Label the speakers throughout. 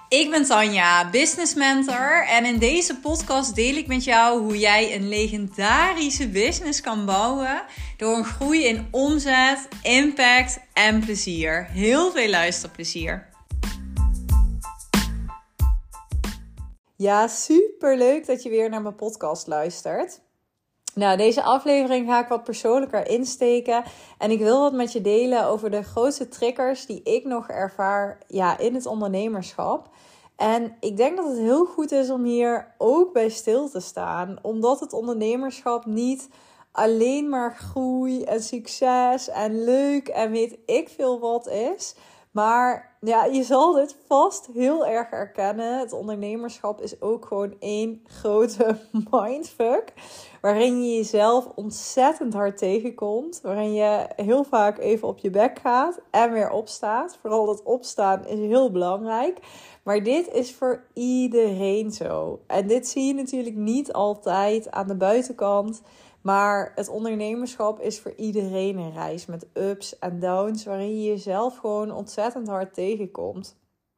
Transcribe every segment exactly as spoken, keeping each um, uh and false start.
Speaker 1: Ik ben Tanja, business mentor en in deze podcast deel ik met jou hoe jij een legendarische business kan bouwen door een groei in omzet, impact en plezier. Heel veel luisterplezier. Ja, super leuk dat je weer naar mijn podcast luistert. Nou, deze aflevering ga ik wat persoonlijker insteken en ik wil wat met je delen over de grootste triggers die ik nog ervaar ja, in het ondernemerschap. En ik denk dat het heel goed is om hier ook bij stil te staan, omdat het ondernemerschap niet alleen maar groei en succes en leuk en weet ik veel wat is. Maar ja, je zal dit vast heel erg herkennen. Het ondernemerschap is ook gewoon één grote mindfuck. Waarin je jezelf ontzettend hard tegenkomt. Waarin je heel vaak even op je bek gaat en weer opstaat. Vooral dat opstaan is heel belangrijk. Maar dit is voor iedereen zo. En dit zie je natuurlijk niet altijd aan de buitenkant. Maar het ondernemerschap is voor iedereen een reis met ups en downs, waarin je jezelf gewoon ontzettend hard tegenkomt.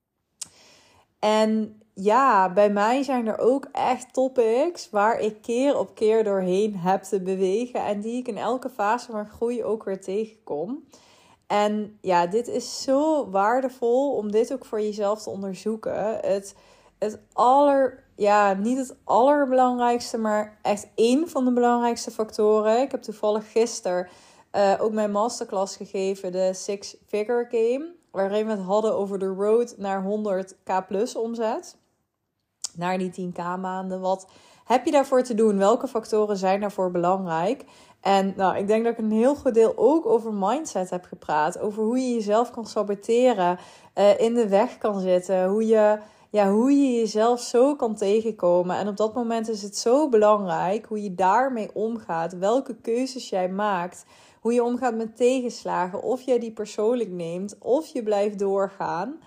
Speaker 1: En ja, bij mij zijn er ook echt topics waar ik keer op keer doorheen heb te bewegen en die ik in elke fase van groei ook weer tegenkom. En ja, dit is zo waardevol om dit ook voor jezelf te onderzoeken. Het, het aller, ja, niet het allerbelangrijkste, maar echt één van de belangrijkste factoren. Ik heb toevallig gisteren uh, ook mijn masterclass gegeven, de Six Figure Game. Waarin we het hadden over de road naar honderd k plus omzet. Naar die tien k maanden. Wat heb je daarvoor te doen? Welke factoren zijn daarvoor belangrijk? En nou, ik denk dat ik een heel goed deel ook over mindset heb gepraat. Over hoe je jezelf kan saboteren. Uh, in de weg kan zitten. Hoe je, ja, hoe je jezelf zo kan tegenkomen. En op dat moment is het zo belangrijk hoe je daarmee omgaat. Welke keuzes jij maakt. Hoe je omgaat met tegenslagen. Of jij die persoonlijk neemt. Of je blijft doorgaan.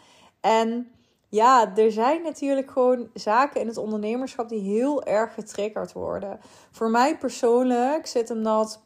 Speaker 1: En ja, er zijn natuurlijk gewoon zaken in het ondernemerschap die heel erg getriggerd worden. Voor mij persoonlijk zit hem dat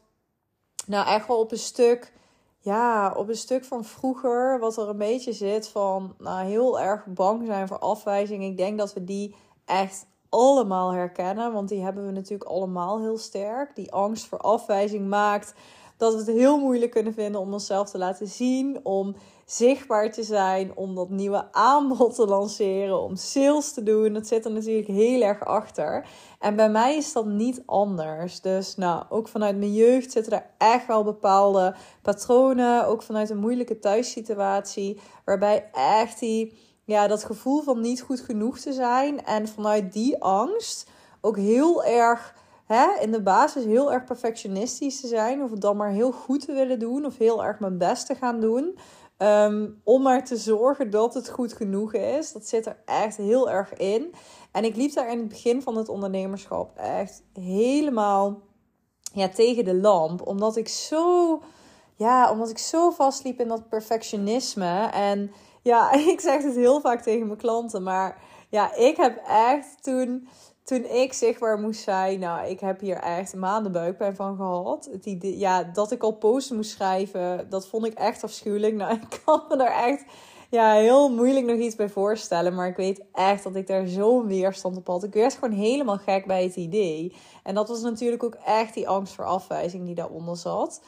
Speaker 1: nou echt wel op een stuk, ja, op een stuk van vroeger. Wat er een beetje zit van nou, heel erg bang zijn voor afwijzing. Ik denk dat we die echt allemaal herkennen. Want die hebben we natuurlijk allemaal heel sterk. Die angst voor afwijzing maakt dat we het heel moeilijk kunnen vinden om onszelf te laten zien. Om zichtbaar te zijn, om dat nieuwe aanbod te lanceren, om sales te doen. Dat zit er natuurlijk heel erg achter. En bij mij is dat niet anders. Dus nou, ook vanuit mijn jeugd zitten er echt wel bepaalde patronen. Ook vanuit een moeilijke thuissituatie. Waarbij echt die, ja, dat gevoel van niet goed genoeg te zijn. En vanuit die angst ook heel erg, hè, in de basis heel erg perfectionistisch te zijn. Of het dan maar heel goed te willen doen. Of heel erg mijn best te gaan doen. Um, om maar te zorgen dat het goed genoeg is. Dat zit er echt heel erg in. En ik liep daar in het begin van het ondernemerschap echt helemaal ja, tegen de lamp. Omdat ik zo, ja, omdat ik zo vastliep in dat perfectionisme. En ja, ik zeg het heel vaak tegen mijn klanten. Maar ja, ik heb echt toen, toen ik zichtbaar moest zijn. Nou, ik heb hier echt maanden buikpijn van gehad. Het idee, ja, dat ik al posts moest schrijven, dat vond ik echt afschuwelijk. Nou, ik kan me daar echt ja, heel moeilijk nog iets bij voorstellen. Maar ik weet echt dat ik daar zo'n weerstand op had. Ik werd gewoon helemaal gek bij het idee. En dat was natuurlijk ook echt die angst voor afwijzing die daaronder zat.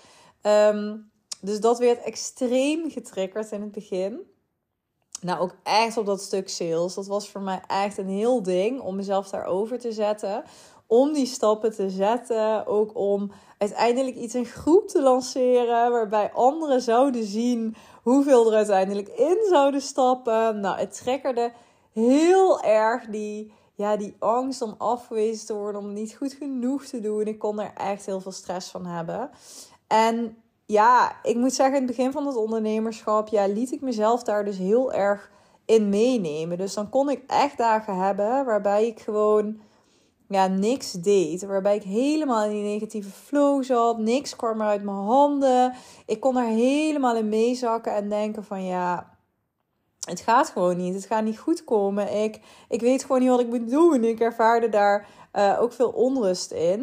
Speaker 1: Um, dus dat werd extreem getriggerd in het begin. Nou, ook echt op dat stuk sales. Dat was voor mij echt een heel ding om mezelf daarover te zetten. Om die stappen te zetten. Ook om uiteindelijk iets in groep te lanceren. Waarbij anderen zouden zien hoeveel er uiteindelijk in zouden stappen. Nou, het triggerde heel erg die, ja, die angst om afgewezen te worden. Om niet goed genoeg te doen. Ik kon er echt heel veel stress van hebben. En ja, ik moet zeggen, in het begin van het ondernemerschap, ja, liet ik mezelf daar dus heel erg in meenemen. Dus dan kon ik echt dagen hebben waarbij ik gewoon ja, niks deed. Waarbij ik helemaal in die negatieve flow zat. Niks kwam er uit mijn handen. Ik kon er helemaal in meezakken en denken van ja, het gaat gewoon niet. Het gaat niet goed komen. Ik, ik weet gewoon niet wat ik moet doen. Ik ervaarde daar uh, ook veel onrust in.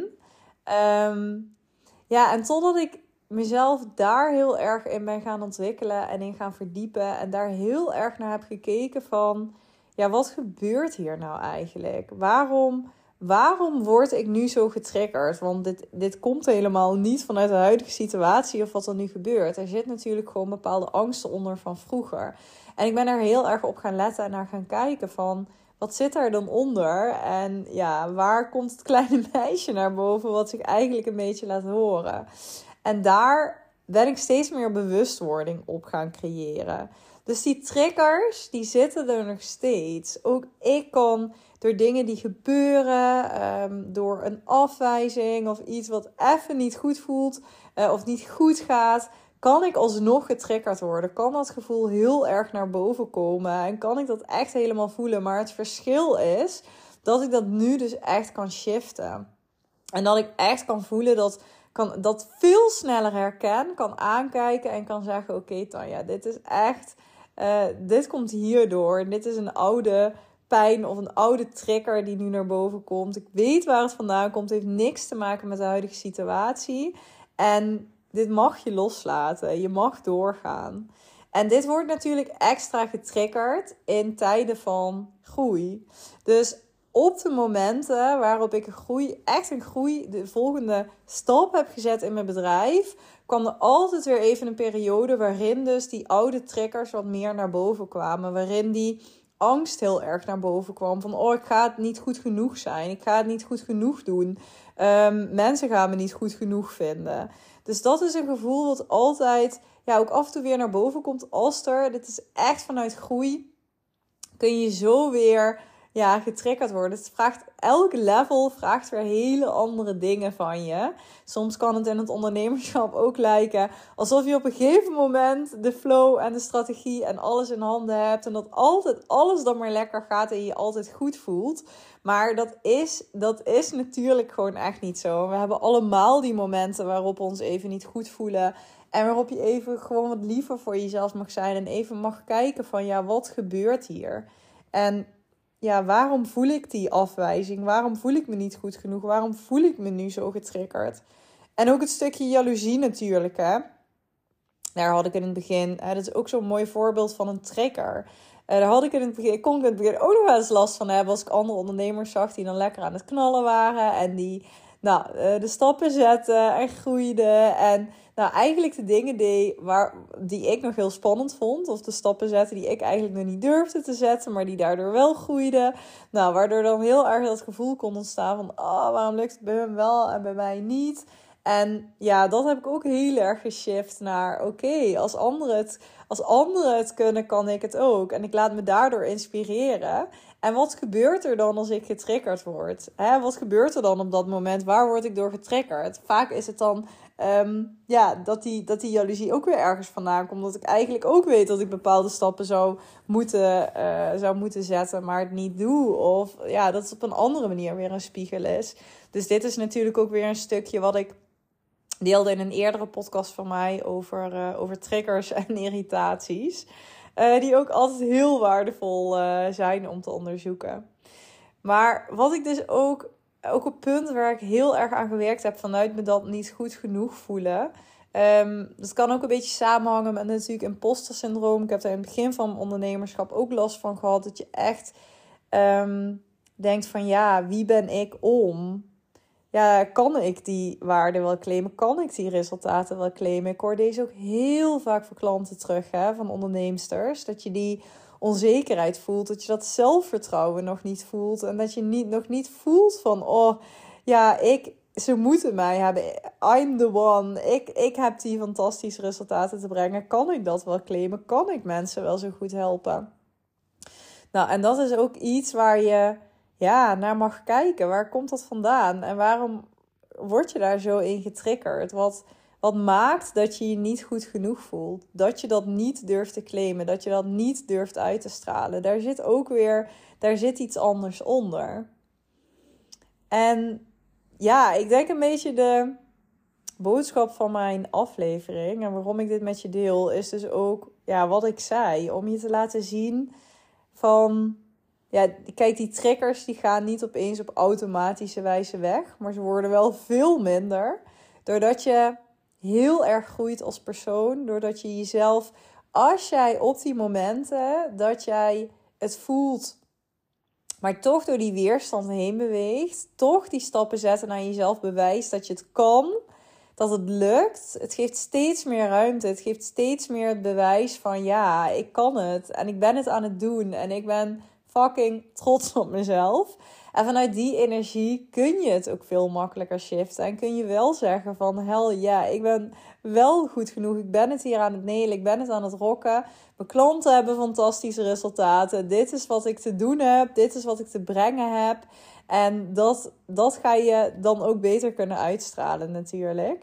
Speaker 1: Um, ja, en totdat ik mezelf daar heel erg in ben gaan ontwikkelen en in gaan verdiepen. En daar heel erg naar heb gekeken van, ja, wat gebeurt hier nou eigenlijk? Waarom, waarom word ik nu zo getriggerd? Want dit, dit komt helemaal niet vanuit de huidige situatie of wat er nu gebeurt. Er zit natuurlijk gewoon bepaalde angsten onder van vroeger. En ik ben er heel erg op gaan letten en naar gaan kijken van, wat zit er dan onder? En ja, waar komt het kleine meisje naar boven wat zich eigenlijk een beetje laat horen? En daar ben ik steeds meer bewustwording op gaan creëren. Dus die triggers, die zitten er nog steeds. Ook ik kan door dingen die gebeuren, um, door een afwijzing of iets wat even niet goed voelt uh, of niet goed gaat, kan ik alsnog getriggerd worden. Kan dat gevoel heel erg naar boven komen en kan ik dat echt helemaal voelen. Maar het verschil is dat ik dat nu dus echt kan shiften. En dat ik echt kan voelen dat kan dat veel sneller herken, kan aankijken en kan zeggen, oké okay, Tanja, dit is echt, uh, dit komt hierdoor. Dit is een oude pijn of een oude trigger die nu naar boven komt. Ik weet waar het vandaan komt. Het heeft niks te maken met de huidige situatie. En dit mag je loslaten. Je mag doorgaan. En dit wordt natuurlijk extra getriggerd in tijden van groei. Dus op de momenten waarop ik een groei, echt een groei, de volgende stap heb gezet in mijn bedrijf, kwam er altijd weer even een periode waarin dus die oude triggers wat meer naar boven kwamen. Waarin die angst heel erg naar boven kwam. Van, oh, ik ga het niet goed genoeg zijn. Ik ga het niet goed genoeg doen. Um, mensen gaan me niet goed genoeg vinden. Dus dat is een gevoel wat altijd, ja, ook af en toe weer naar boven komt als er, dit is echt vanuit groei, kun je zo weer, ja, getriggerd worden. Het vraagt, elk level vraagt weer hele andere dingen van je. Soms kan het in het ondernemerschap ook lijken alsof je op een gegeven moment de flow en de strategie en alles in handen hebt. En dat altijd alles dan maar lekker gaat en je je altijd goed voelt. Maar dat is, dat is natuurlijk gewoon echt niet zo. We hebben allemaal die momenten waarop we ons even niet goed voelen. En waarop je even gewoon wat liever voor jezelf mag zijn. En even mag kijken van, ja, wat gebeurt hier? En ja, waarom voel ik die afwijzing? Waarom voel ik me niet goed genoeg? Waarom voel ik me nu zo getriggerd? En ook het stukje jaloezie natuurlijk, hè. Daar had ik in het begin, hè, dat is ook zo'n mooi voorbeeld van een trigger. Uh, daar had ik in het begin, kon ik in het begin ook nog wel eens last van hebben als ik andere ondernemers zag die dan lekker aan het knallen waren. En die nou, uh, de stappen zetten en groeiden. En nou, eigenlijk de dingen die, waar, die ik nog heel spannend vond. Of de stappen zetten die ik eigenlijk nog niet durfde te zetten. Maar die daardoor wel groeiden. Nou, waardoor dan heel erg dat gevoel kon ontstaan van, oh, waarom lukt het bij hem wel en bij mij niet? En ja, dat heb ik ook heel erg geshift naar, oké, okay, als anderen het, als anderen het kunnen, kan ik het ook. En ik laat me daardoor inspireren. En wat gebeurt er dan als ik getriggerd word? Hè, wat gebeurt er dan op dat moment? Waar word ik door getriggerd? Vaak is het dan um, ja, dat, die, dat die jaloezie ook weer ergens vandaan komt. Omdat ik eigenlijk ook weet dat ik bepaalde stappen zou moeten, uh, zou moeten zetten, maar het niet doe. Of ja, dat het op een andere manier weer een spiegel is. Dus dit is natuurlijk ook weer een stukje wat ik deelde in een eerdere podcast van mij over, uh, over triggers en irritaties. Uh, die ook altijd heel waardevol uh, zijn om te onderzoeken. Maar wat ik dus ook, ook een punt waar ik heel erg aan gewerkt heb vanuit me dat niet goed genoeg voelen. Um, dat kan ook een beetje samenhangen met natuurlijk imposter syndroom. Ik heb daar in het begin van mijn ondernemerschap ook last van gehad. Dat je echt um, denkt van ja, wie ben ik om? Ja, kan ik die waarde wel claimen? Kan ik die resultaten wel claimen? Ik hoor deze ook heel vaak van klanten terug, hè, van onderneemsters. Dat je die onzekerheid voelt, dat je dat zelfvertrouwen nog niet voelt. En dat je niet, nog niet voelt van, oh, ja, ik, ze moeten mij hebben. I'm the one. Ik, ik heb die fantastische resultaten te brengen. Kan ik dat wel claimen? Kan ik mensen wel zo goed helpen? Nou, en dat is ook iets waar je ja, naar mag kijken. Waar komt dat vandaan? En waarom word je daar zo in getriggerd? Wat, wat maakt dat je je niet goed genoeg voelt? Dat je dat niet durft te claimen. Dat je dat niet durft uit te stralen. Daar zit ook weer, daar zit iets anders onder. En ja, ik denk een beetje de boodschap van mijn aflevering en waarom ik dit met je deel, is dus ook ja, wat ik zei. Om je te laten zien van, ja, kijk, die triggers die gaan niet opeens op automatische wijze weg. Maar ze worden wel veel minder. Doordat je heel erg groeit als persoon. Doordat je jezelf, als jij op die momenten dat jij het voelt maar toch door die weerstand heen beweegt. Toch die stappen zetten naar jezelf bewijst dat je het kan. Dat het lukt. Het geeft steeds meer ruimte. Het geeft steeds meer het bewijs van ja, ik kan het. En ik ben het aan het doen. En ik ben fucking trots op mezelf. En vanuit die energie kun je het ook veel makkelijker shiften. En kun je wel zeggen van hell ja, ik ben wel goed genoeg. Ik ben het hier aan het nelen. Ik ben het aan het rocken. Mijn klanten hebben fantastische resultaten. Dit is wat ik te doen heb. Dit is wat ik te brengen heb. En dat, dat ga je dan ook beter kunnen uitstralen natuurlijk.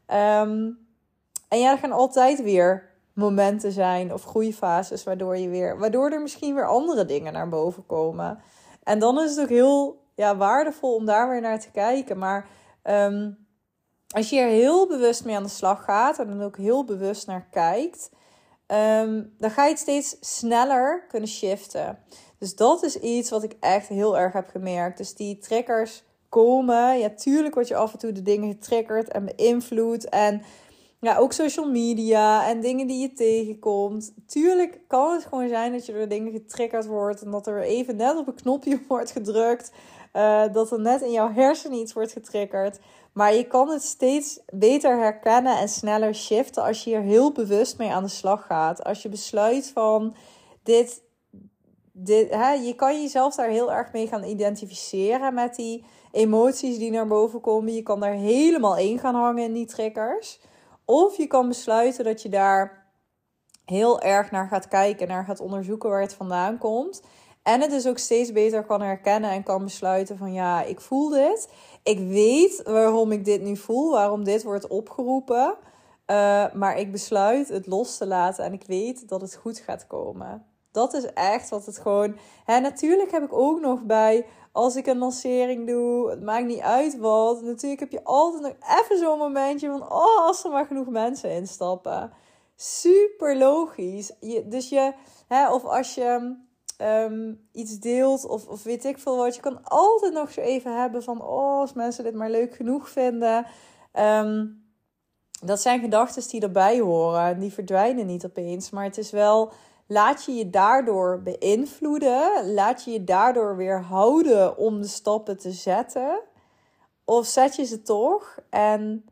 Speaker 1: Um, en ja, er gaan altijd weer momenten zijn of groeifases waardoor je weer, waardoor er misschien weer andere dingen naar boven komen. En dan is het ook heel ja, waardevol om daar weer naar te kijken. Maar um, als je er heel bewust mee aan de slag gaat en dan ook heel bewust naar kijkt, um, dan ga je het steeds sneller kunnen shiften. Dus dat is iets wat ik echt heel erg heb gemerkt. Dus die triggers komen. Ja, tuurlijk word je af en toe de dingen getriggerd en beïnvloed. En ja, ook social media en dingen die je tegenkomt. Tuurlijk kan het gewoon zijn dat je door dingen getriggerd wordt. En dat er even net op een knopje wordt gedrukt. Uh, dat er net in jouw hersenen iets wordt getriggerd. Maar je kan het steeds beter herkennen en sneller shiften als je hier heel bewust mee aan de slag gaat. Als je besluit van dit... Dit, hè, je kan jezelf daar heel erg mee gaan identificeren met die emoties die naar boven komen. Je kan daar helemaal in gaan hangen in die triggers. Of je kan besluiten dat je daar heel erg naar gaat kijken, naar gaat onderzoeken waar het vandaan komt. En het dus ook steeds beter kan herkennen en kan besluiten van ja, ik voel dit. Ik weet waarom ik dit nu voel, waarom dit wordt opgeroepen. Uh, maar ik besluit het los te laten en ik weet dat het goed gaat komen. Dat is echt wat het gewoon... Hè, natuurlijk heb ik ook nog bij... Als ik een lancering doe... Het maakt niet uit wat. Natuurlijk heb je altijd nog even zo'n momentje van... Oh, als er maar genoeg mensen instappen. Super logisch. Je, dus je... Hè, of als je um, iets deelt... Of, of weet ik veel wat. Je kan altijd nog zo even hebben van... Oh, als mensen dit maar leuk genoeg vinden... Um, dat zijn gedachten die erbij horen. Die verdwijnen niet opeens. Maar het is wel... Laat je je daardoor beïnvloeden? Laat je je daardoor weerhouden om de stappen te zetten? Of zet je ze toch en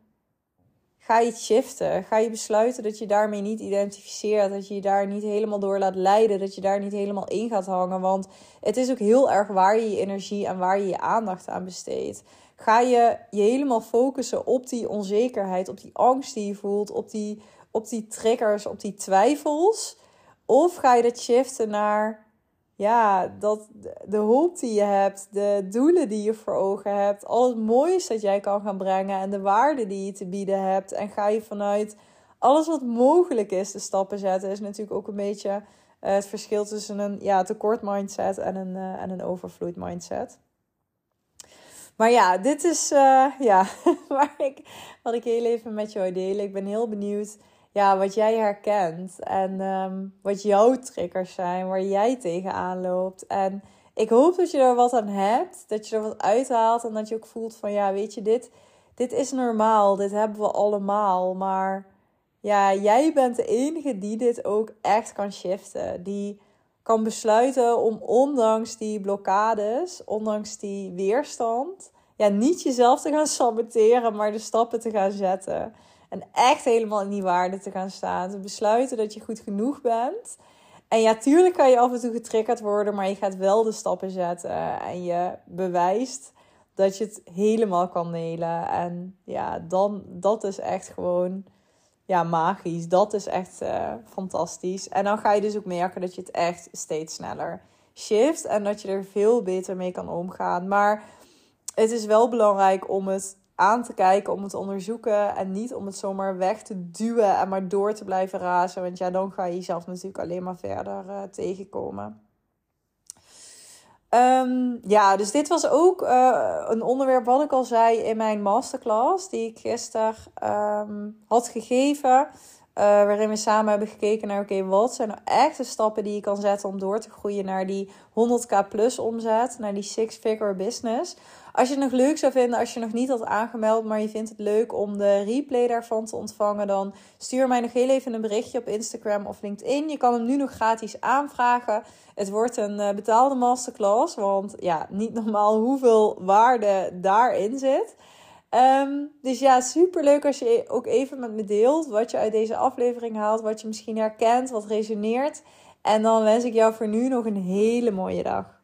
Speaker 1: ga je het shiften? Ga je besluiten dat je daarmee niet identificeert? Dat je je daar niet helemaal door laat leiden? Dat je daar niet helemaal in gaat hangen? Want het is ook heel erg waar je je energie en waar je je aandacht aan besteedt. Ga je je helemaal focussen op die onzekerheid, op die angst die je voelt, op die, op die triggers, op die twijfels... Of ga je dat shiften naar ja, dat, de hoop die je hebt, de doelen die je voor ogen hebt, al het moois dat jij kan gaan brengen en de waarde die je te bieden hebt. En ga je vanuit alles wat mogelijk is de stappen zetten. Is natuurlijk ook een beetje uh, het verschil tussen een ja, tekort mindset en een, uh, en een overvloed mindset. Maar ja, dit is uh, ja, waar ik, wat ik heel even met jou delen. Ik ben heel benieuwd ja, wat jij herkent en um, wat jouw triggers zijn, waar jij tegenaan loopt. En ik hoop dat je er wat aan hebt, dat je er wat uithaalt en dat je ook voelt van ja, weet je, dit, dit is normaal, dit hebben we allemaal. Maar ja, jij bent de enige die dit ook echt kan shiften, die kan besluiten om ondanks die blokkades, ondanks die weerstand, ja, niet jezelf te gaan saboteren, maar de stappen te gaan zetten. En echt helemaal in die waarde te gaan staan. Te besluiten dat je goed genoeg bent. En ja, tuurlijk kan je af en toe getriggerd worden, maar je gaat wel de stappen zetten. En je bewijst dat je het helemaal kan nelen. En ja, dan, dat is echt gewoon ja, magisch. Dat is echt uh, fantastisch. En dan ga je dus ook merken dat je het echt steeds sneller shift. En dat je er veel beter mee kan omgaan. Maar het is wel belangrijk om het aan te kijken, om het te onderzoeken. En niet om het zomaar weg te duwen en maar door te blijven razen. Want ja, dan ga je jezelf natuurlijk alleen maar verder uh, tegenkomen. Um, ja, dus dit was ook uh, een onderwerp wat ik al zei in mijn masterclass. Die ik gisteren um, had gegeven. Uh, waarin we samen hebben gekeken naar, oké, okay, wat zijn nou echt de stappen die je kan zetten om door te groeien naar die honderdduizend plus omzet, naar die six-figure business. Als je het nog leuk zou vinden, als je nog niet had aangemeld, maar je vindt het leuk om de replay daarvan te ontvangen, dan stuur mij nog heel even een berichtje op Instagram of LinkedIn. Je kan hem nu nog gratis aanvragen. Het wordt een uh, betaalde masterclass, want ja, niet normaal hoeveel waarde daarin zit. Um, dus ja, superleuk als je ook even met me deelt wat je uit deze aflevering haalt, wat je misschien herkent, wat resoneert. En dan wens ik jou voor nu nog een hele mooie dag.